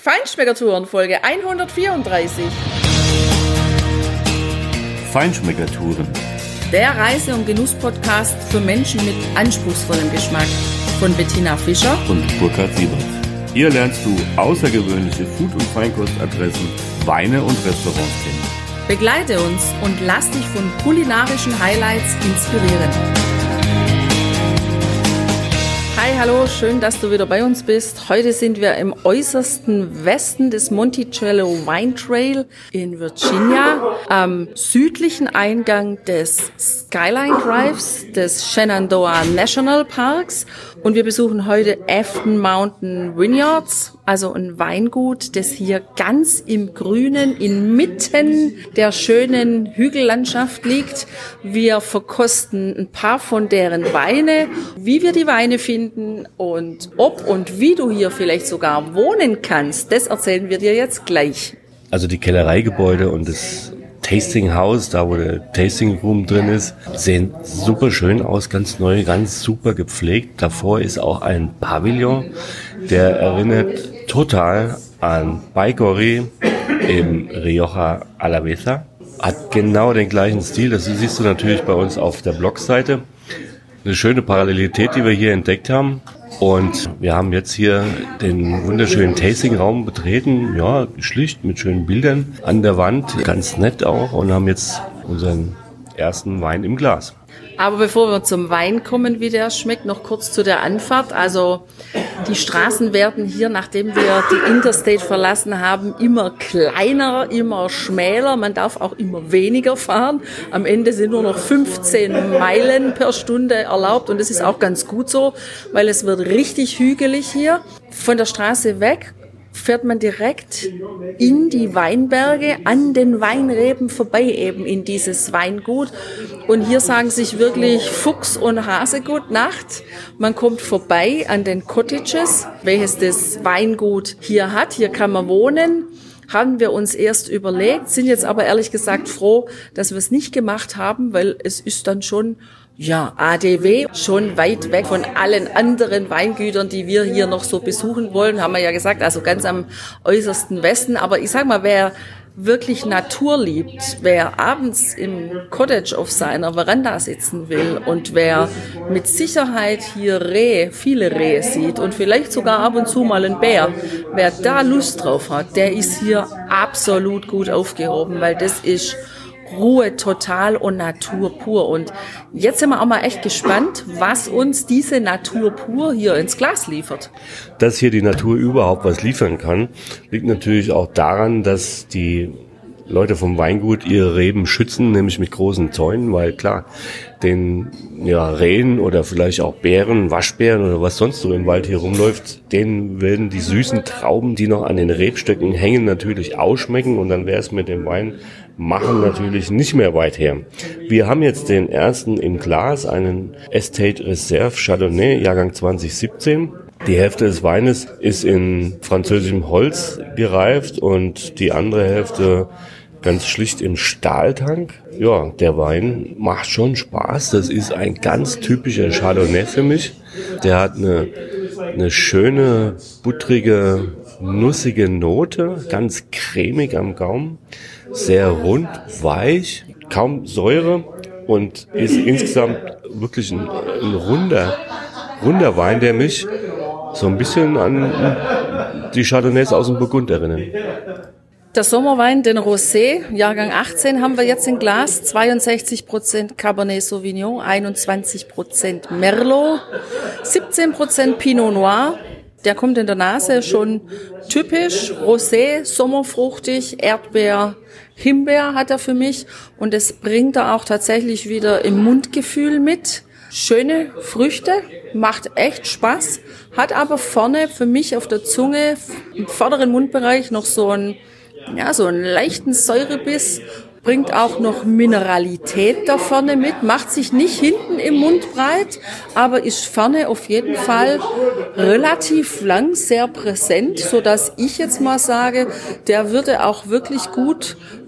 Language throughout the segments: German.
Feinschmeckertouren, Folge 134. Feinschmeckertouren. Der Reise- und Genuss-Podcast für Menschen mit anspruchsvollem Geschmack. Von Bettina Fischer und Burkhard Siebert. Hier lernst du außergewöhnliche Food- und Feinkostadressen, Weine und Restaurants kennen. Begleite uns und lass dich von kulinarischen Highlights inspirieren. Hi, hallo, schön, dass du wieder bei uns bist. Heute sind wir im äußersten Westen des Monticello Wine Trail in Virginia, am südlichen Eingang des Skyline Drives des Shenandoah National Parks. Und wir besuchen heute Afton Mountain Vineyards, also ein Weingut, das hier ganz im Grünen, inmitten der schönen Hügellandschaft liegt. Wir verkosten ein paar von deren Weine, wie wir die Weine finden und ob und wie du hier vielleicht sogar wohnen kannst, das erzählen wir dir jetzt gleich. Also die Kellereigebäude und das Tasting House, da wo der Tasting Room drin ist, sehen super schön aus, ganz neu, ganz super gepflegt. Davor ist auch ein Pavillon, der erinnert total an Baigorri im Rioja Alavesa. Hat genau den gleichen Stil, das siehst du natürlich bei uns auf der Blogseite. Eine schöne Parallelität, die wir hier entdeckt haben. Und wir haben jetzt hier den wunderschönen Tasting-Raum betreten, ja, schlicht mit schönen Bildern an der Wand, ganz nett auch, und haben jetzt unseren ersten Wein im Glas. Aber bevor wir zum Wein kommen, wie der schmeckt, noch kurz zu der Anfahrt. Also die Straßen werden hier, nachdem wir die Interstate verlassen haben, immer kleiner, immer schmäler. Man darf auch immer weniger fahren. Am Ende sind nur noch 15 Meilen per Stunde erlaubt. Und das ist auch ganz gut so, weil es wird richtig hügelig hier. Von der Straße weg fährt man direkt in die Weinberge, an den Weinreben vorbei eben in dieses Weingut. Und hier sagen sich wirklich Fuchs und Hase Gute Nacht. Man kommt vorbei an den Cottages, welches das Weingut hier hat. Hier kann man wohnen. Haben wir uns erst überlegt, sind jetzt aber ehrlich gesagt froh, dass wir es nicht gemacht haben, weil es ist dann schon ADW, schon weit weg von allen anderen Weingütern, die wir hier noch so besuchen wollen, haben wir ja gesagt, also ganz am äußersten Westen. Aber ich sag mal, wer wirklich Natur liebt, wer abends im Cottage auf seiner Veranda sitzen will und wer mit Sicherheit hier viele Rehe sieht und vielleicht sogar ab und zu mal einen Bär, wer da Lust drauf hat, der ist hier absolut gut aufgehoben, weil das ist Ruhe total und Natur pur. Und jetzt sind wir auch mal echt gespannt, was uns diese Natur pur hier ins Glas liefert. Dass hier die Natur überhaupt was liefern kann, liegt natürlich auch daran, dass die Leute vom Weingut ihre Reben schützen, nämlich mit großen Zäunen, weil klar, den Rehen oder vielleicht auch Bären, Waschbären oder was sonst so im Wald hier rumläuft, denen werden die süßen Trauben, die noch an den Rebstöcken hängen, natürlich ausschmecken, und dann wäre es mit dem Wein machen natürlich nicht mehr weit her. Wir haben jetzt den ersten im Glas, einen Estate Reserve Chardonnay, Jahrgang 2017. Die Hälfte des Weines ist in französischem Holz gereift und die andere Hälfte ganz schlicht im Stahltank. Ja, der Wein macht schon Spaß. Das ist ein ganz typischer Chardonnay für mich. Der hat eine schöne, buttrige, nussige Note, ganz cremig am Gaumen, sehr rund, weich, kaum Säure und ist insgesamt wirklich ein runder Wein, der mich so ein bisschen an die Chardonnays aus dem Burgund erinnern. Der Sommerwein, den Rosé, Jahrgang 18, haben wir jetzt im Glas. 62% Cabernet Sauvignon, 21% Merlot, 17% Pinot Noir. Der kommt in der Nase schon typisch, Rosé, sommerfruchtig, Erdbeer, Himbeer hat er für mich. Und das bringt er auch tatsächlich wieder im Mundgefühl mit. Schöne Früchte, macht echt Spaß, hat aber vorne für mich auf der Zunge, im vorderen Mundbereich noch so einen leichten Säurebiss, bringt auch noch Mineralität da vorne mit, macht sich nicht hinten im Mund breit, aber ist vorne auf jeden Fall relativ lang sehr präsent, so dass ich jetzt mal sage, der würde auch wirklich gut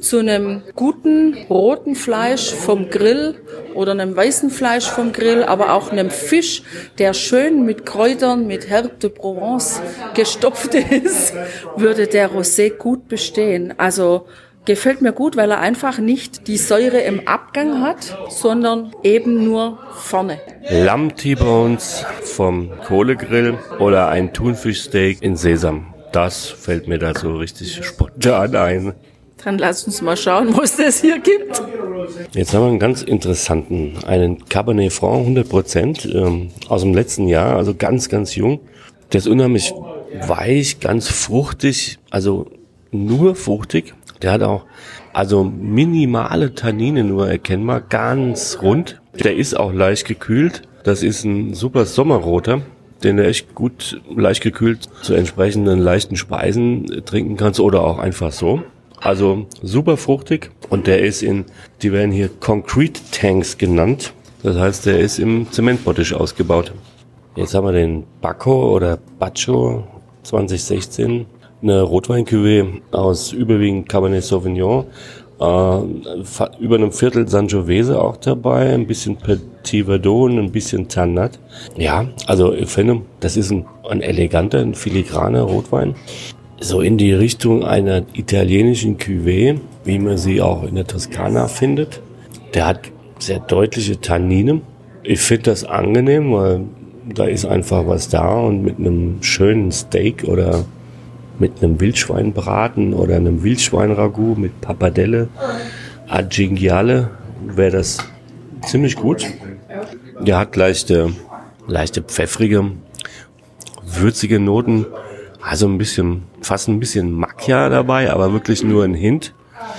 zu einem guten roten Fleisch vom Grill oder einem weißen Fleisch vom Grill, aber auch einem Fisch, der schön mit Kräutern, mit Herbe de Provence gestopft ist, würde der Rosé gut bestehen. Also gefällt mir gut, weil er einfach nicht die Säure im Abgang hat, sondern eben nur vorne. Lamm T-Bones vom Kohlegrill oder ein Thunfischsteak in Sesam. Das fällt mir da so richtig spontan ein. Dann lass uns mal schauen, was das hier gibt. Jetzt haben wir einen ganz interessanten, einen Cabernet Franc 100%, aus dem letzten Jahr, also ganz, ganz jung. Der ist unheimlich weich, ganz fruchtig, also nur fruchtig. Der hat auch also minimale Tannine nur erkennbar, ganz rund. Der ist auch leicht gekühlt. Das ist ein super Sommerroter, den du echt gut leicht gekühlt zu entsprechenden leichten Speisen trinken kannst oder auch einfach so. Also super fruchtig und der ist die werden hier Concrete Tanks genannt. Das heißt, der ist im Zementbottich ausgebaut. Jetzt haben wir den Bacco oder Baccio 2016. Eine Rotwein-Cuvée aus überwiegend Cabernet Sauvignon, über einem Viertel Sangiovese auch dabei, ein bisschen Petit Verdot, ein bisschen Tannat. Ja, also ich finde, das ist ein eleganter, ein filigraner Rotwein. So in die Richtung einer italienischen Cuvée, wie man sie auch in der Toskana findet. Der hat sehr deutliche Tannine. Ich finde das angenehm, weil da ist einfach was da und mit einem schönen Steak oder mit einem Wildschweinbraten oder einem Wildschweinragout mit Pappardelle, Arginghiale wäre das ziemlich gut. Der hat leichte pfeffrige, würzige Noten, also fast ein bisschen Macchia dabei, aber wirklich nur ein Hint.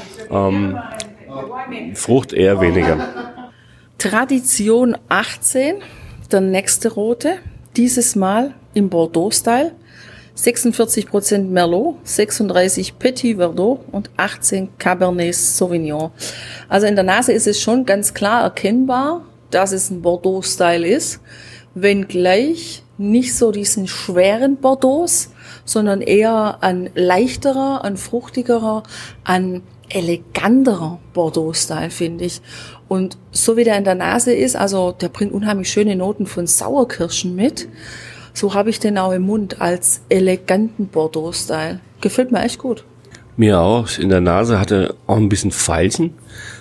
Frucht eher weniger. Tradition 18, der nächste rote, dieses Mal im Bordeaux-Style. 46% Merlot, 36 Petit Verdot und 18 Cabernet Sauvignon. Also in der Nase ist es schon ganz klar erkennbar, dass es ein Bordeaux-Style ist, wenngleich nicht so diesen schweren Bordeaux, sondern eher ein leichterer, ein fruchtigerer, ein eleganterer Bordeaux-Style, finde ich. Und so wie der in der Nase ist, also der bringt unheimlich schöne Noten von Sauerkirschen mit. So habe ich den auch im Mund als eleganten Bordeaux-Style. Gefällt mir echt gut. Mir auch. In der Nase hatte auch ein bisschen Veilchen.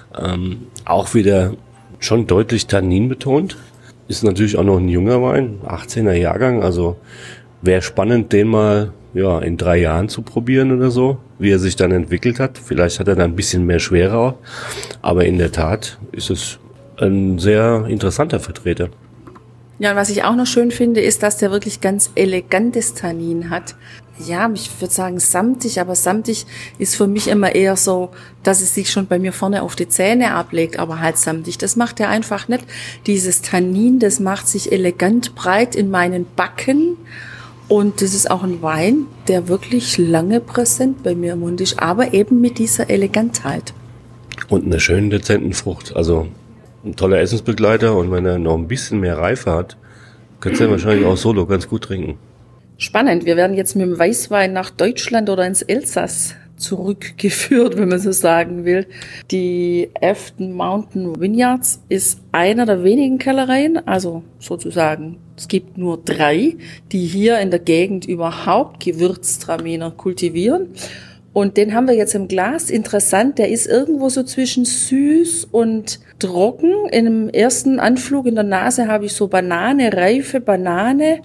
Auch wieder schon deutlich Tannin betont. Ist natürlich auch noch ein junger Wein, 18er Jahrgang. Also wäre spannend, den mal in 3 Jahren zu probieren oder so, wie er sich dann entwickelt hat. Vielleicht hat er dann ein bisschen mehr Schwere auch. Aber in der Tat ist es ein sehr interessanter Vertreter. Ja, und was ich auch noch schön finde, ist, dass der wirklich ganz elegantes Tannin hat. Ja, ich würde sagen samtig, aber samtig ist für mich immer eher so, dass es sich schon bei mir vorne auf die Zähne ablegt, aber halt samtig. Das macht er einfach nicht. Dieses Tannin, das macht sich elegant breit in meinen Backen und das ist auch ein Wein, der wirklich lange präsent bei mir im Mund ist, aber eben mit dieser Elegantheit. Und einer schönen, dezenten Frucht, also ein toller Essensbegleiter und wenn er noch ein bisschen mehr Reife hat, könnt ihr wahrscheinlich auch solo ganz gut trinken. Spannend, wir werden jetzt mit dem Weißwein nach Deutschland oder ins Elsass zurückgeführt, wenn man so sagen will. Die Afton Mountain Vineyards ist einer der wenigen Kellereien, also sozusagen, es gibt nur 3, die hier in der Gegend überhaupt Gewürztraminer kultivieren. Und den haben wir jetzt im Glas. Interessant, der ist irgendwo so zwischen süß und trocken. In dem ersten Anflug in der Nase habe ich so reife Banane.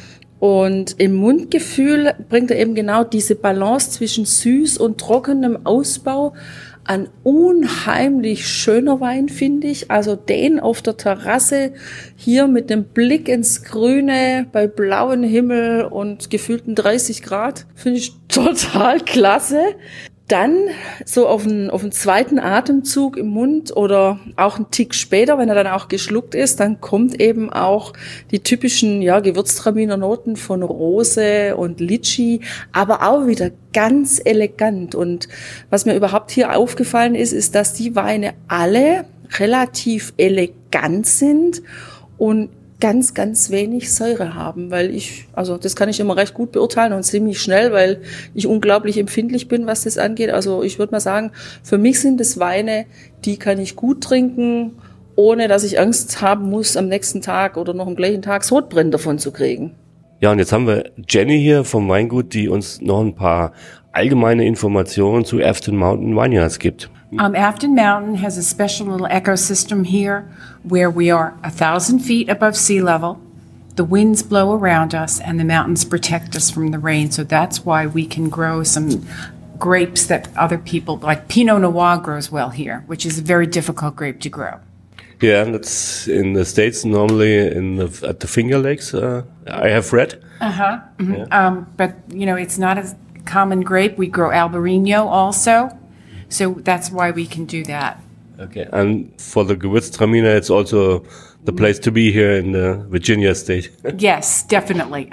Und im Mundgefühl bringt er eben genau diese Balance zwischen süß und trockenem Ausbau. Ein unheimlich schöner Wein, finde ich. Also den auf der Terrasse hier mit dem Blick ins Grüne bei blauem Himmel und gefühlten 30 Grad finde ich total klasse. Dann so auf den zweiten Atemzug im Mund oder auch einen Tick später, wenn er dann auch geschluckt ist, dann kommt eben auch die typischen Gewürztraminer Noten von Rose und Litschi, aber auch wieder ganz elegant. Und was mir überhaupt hier aufgefallen ist, dass die Weine alle relativ elegant sind und ganz, ganz wenig Säure haben, weil also das kann ich immer recht gut beurteilen und ziemlich schnell, weil ich unglaublich empfindlich bin, was das angeht. Also ich würde mal sagen, für mich sind es Weine, die kann ich gut trinken, ohne dass ich Angst haben muss, am nächsten Tag oder noch am gleichen Tag Sodbrennen davon zu kriegen. Ja, und jetzt haben wir Jenny hier vom Weingut, die uns noch ein paar allgemeine Informationen zu Afton Mountain Vineyards gibt. Afton Mountain has a special little ecosystem here where we are 1,000 feet above sea level. The winds blow around us and the mountains protect us from the rain. So that's why we can grow some grapes that other people, like Pinot Noir grows well here, which is a very difficult grape to grow. Yeah, that's in the States normally at the Finger Lakes, I have read. Mm-hmm. Yeah. But, it's not a common grape. We grow Albarino also. So that's why we can do that. Okay. And for the Gewürztraminer, it's also the place to be here in the Virginia state. Yes, definitely.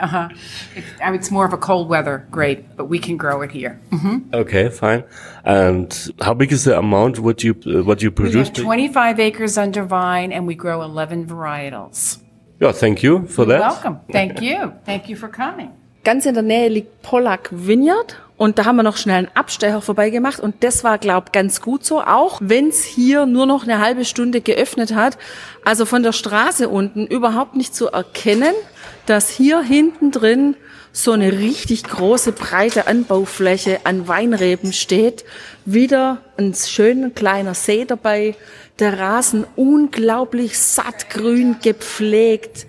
It's more of a cold weather grape, but we can grow it here. Mm-hmm. Okay, fine. And how big is the amount what you produce? We have 25 acres under vine, and we grow 11 varietals. Yeah, thank you for that. You're welcome. Thank you. Thank you for coming. Ganz in der Nähe liegt Pollack Vineyard und da haben wir noch schnell einen Abstecher vorbeigemacht und das war, ganz gut so, auch wenn es hier nur noch eine halbe Stunde geöffnet hat. Also von der Straße unten überhaupt nicht zu erkennen, dass hier hinten drin so eine richtig große, breite Anbaufläche an Weinreben steht. Wieder ein schöner kleiner See dabei. Der Rasen unglaublich sattgrün gepflegt,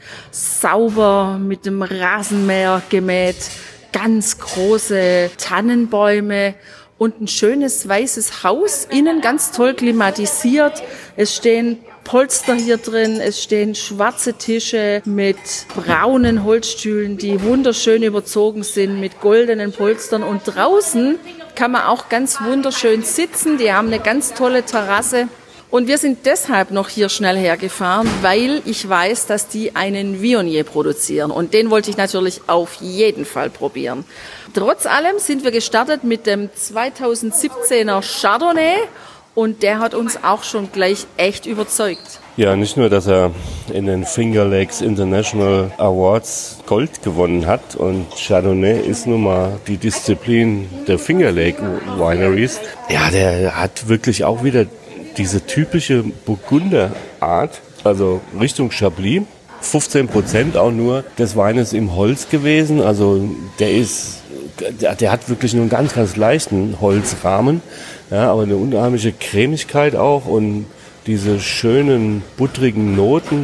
sauber mit dem Rasenmäher gemäht, ganz große Tannenbäume und ein schönes weißes Haus, innen ganz toll klimatisiert. Es stehen Polster hier drin, es stehen schwarze Tische mit braunen Holzstühlen, die wunderschön überzogen sind mit goldenen Polstern und draußen kann man auch ganz wunderschön sitzen. Die haben eine ganz tolle Terrasse. Und wir sind deshalb noch hier schnell hergefahren, weil ich weiß, dass die einen Viognier produzieren. Und den wollte ich natürlich auf jeden Fall probieren. Trotz allem sind wir gestartet mit dem 2017er Chardonnay. Und der hat uns auch schon gleich echt überzeugt. Ja, nicht nur, dass er in den Finger Lakes International Awards Gold gewonnen hat. Und Chardonnay ist nun mal die Disziplin der Finger Lake Wineries. Ja, der hat wirklich auch wieder diese typische Burgunderart, also Richtung Chablis, 15% auch nur des Weines im Holz gewesen. Also der hat wirklich nur einen ganz, ganz leichten Holzrahmen, ja, aber eine unheimliche Cremigkeit auch und diese schönen, buttrigen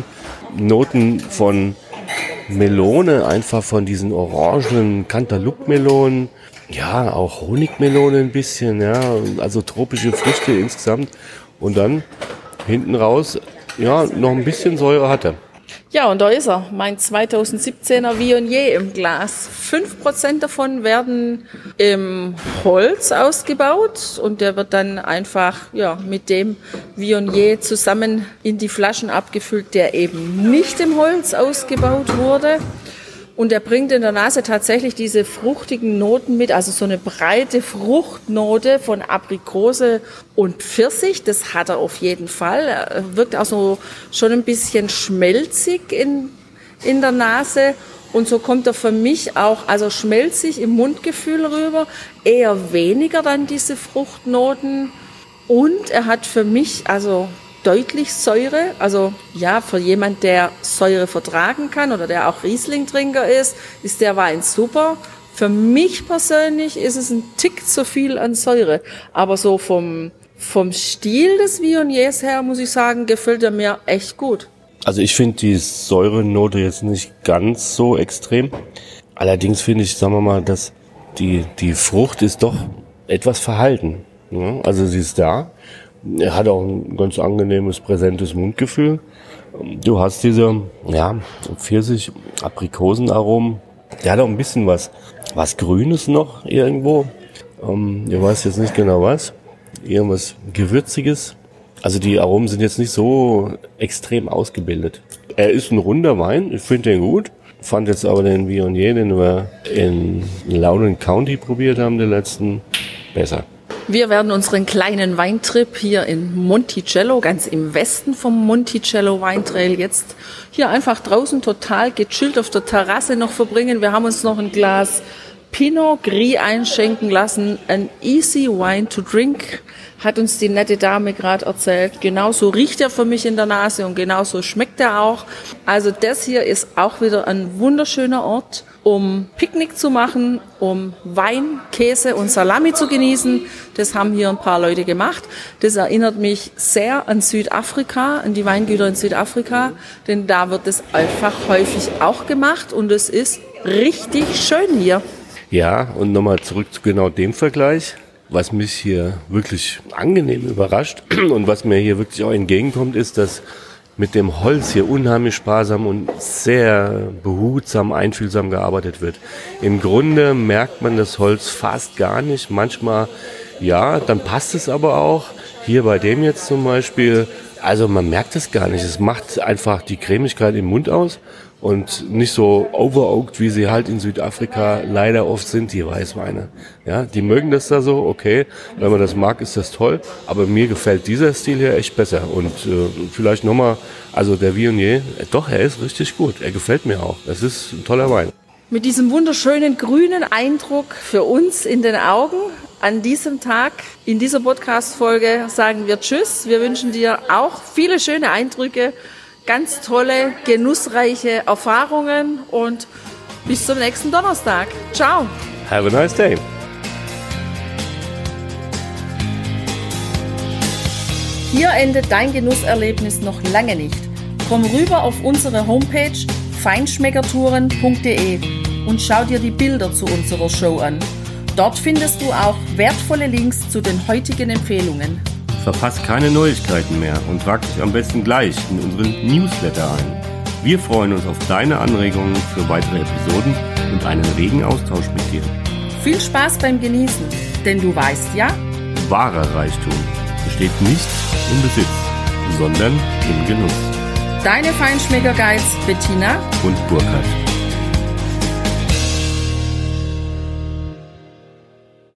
Noten von Melone, einfach von diesen orangenen Cantaloupe-Melonen, ja, auch Honigmelone ein bisschen, ja, also tropische Früchte insgesamt. Und dann hinten raus, ja, noch ein bisschen Säure hat er. Ja, und da ist er, mein 2017er Viognier im Glas. 5% davon werden im Holz ausgebaut und der wird dann einfach mit dem Viognier zusammen in die Flaschen abgefüllt, der eben nicht im Holz ausgebaut wurde. Und er bringt in der Nase tatsächlich diese fruchtigen Noten mit, also so eine breite Fruchtnote von Aprikose und Pfirsich, das hat er auf jeden Fall. Er wirkt auch so schon ein bisschen schmelzig in der Nase und so kommt er für mich auch, also schmelzig im Mundgefühl rüber, eher weniger dann diese Fruchtnoten und er hat für mich also deutlich Säure, also ja, für jemand, der Säure vertragen kann oder der auch Riesling-Trinker ist der Wein super. Für mich persönlich ist es ein Tick zu viel an Säure, aber so vom Stil des Viogniers her, muss ich sagen, gefällt er mir echt gut. Also ich finde die Säurenote jetzt nicht ganz so extrem. Allerdings finde ich, sagen wir mal, dass die Frucht ist doch etwas verhalten. Ja, also sie ist da. Er hat auch ein ganz angenehmes, präsentes Mundgefühl. Du hast diese, Pfirsich-Aprikosenaromen. Der hat auch ein bisschen was Grünes noch irgendwo. Ich weiß jetzt nicht genau was. Irgendwas Gewürziges. Also die Aromen sind jetzt nicht so extrem ausgebildet. Er ist ein runder Wein. Ich finde den gut. Fand jetzt aber den Viognier, den wir in Loudoun County probiert haben, den letzten, besser. Wir werden unseren kleinen Weintrip hier in Monticello, ganz im Westen vom Monticello Weintrail, jetzt hier einfach draußen total gechillt auf der Terrasse noch verbringen. Wir haben uns noch ein Glas Pinot Gris einschenken lassen, ein easy wine to drink, hat uns die nette Dame gerade erzählt. Genauso riecht er für mich in der Nase und genauso schmeckt er auch. Also das hier ist auch wieder ein wunderschöner Ort, um Picknick zu machen, um Wein, Käse und Salami zu genießen. Das haben hier ein paar Leute gemacht. Das erinnert mich sehr an Südafrika, an die Weingüter in Südafrika, denn da wird es einfach häufig auch gemacht und es ist richtig schön hier. Ja, und nochmal zurück zu genau dem Vergleich, was mich hier wirklich angenehm überrascht und was mir hier wirklich auch entgegenkommt, ist, dass mit dem Holz hier unheimlich sparsam und sehr behutsam, einfühlsam gearbeitet wird. Im Grunde merkt man das Holz fast gar nicht. Manchmal, ja, dann passt es aber auch. Hier bei dem jetzt zum Beispiel, also man merkt es gar nicht. Es macht einfach die Cremigkeit im Mund aus und nicht so overoaked, wie sie halt in Südafrika leider oft sind, die Weißweine. Ja, die mögen das da so, okay, wenn man das mag, ist das toll, aber mir gefällt dieser Stil hier echt besser und vielleicht nochmal, also der Viognier, doch, er ist richtig gut, er gefällt mir auch, es ist ein toller Wein. Mit diesem wunderschönen grünen Eindruck für uns in den Augen an diesem Tag, in dieser Podcast-Folge sagen wir Tschüss, wir wünschen dir auch viele schöne Eindrücke, ganz tolle, genussreiche Erfahrungen und bis zum nächsten Donnerstag. Ciao. Have a nice day. Hier endet dein Genusserlebnis noch lange nicht. Komm rüber auf unsere Homepage feinschmeckertouren.de und schau dir die Bilder zu unserer Show an. Dort findest du auch wertvolle Links zu den heutigen Empfehlungen. Verpasst keine Neuigkeiten mehr und trag dich am besten gleich in unseren Newsletter ein. Wir freuen uns auf deine Anregungen für weitere Episoden und einen regen Austausch mit dir. Viel Spaß beim Genießen, denn du weißt ja, wahrer Reichtum besteht nicht im Besitz, sondern im Genuss. Deine Feinschmecker-Guides Bettina und Burkhard.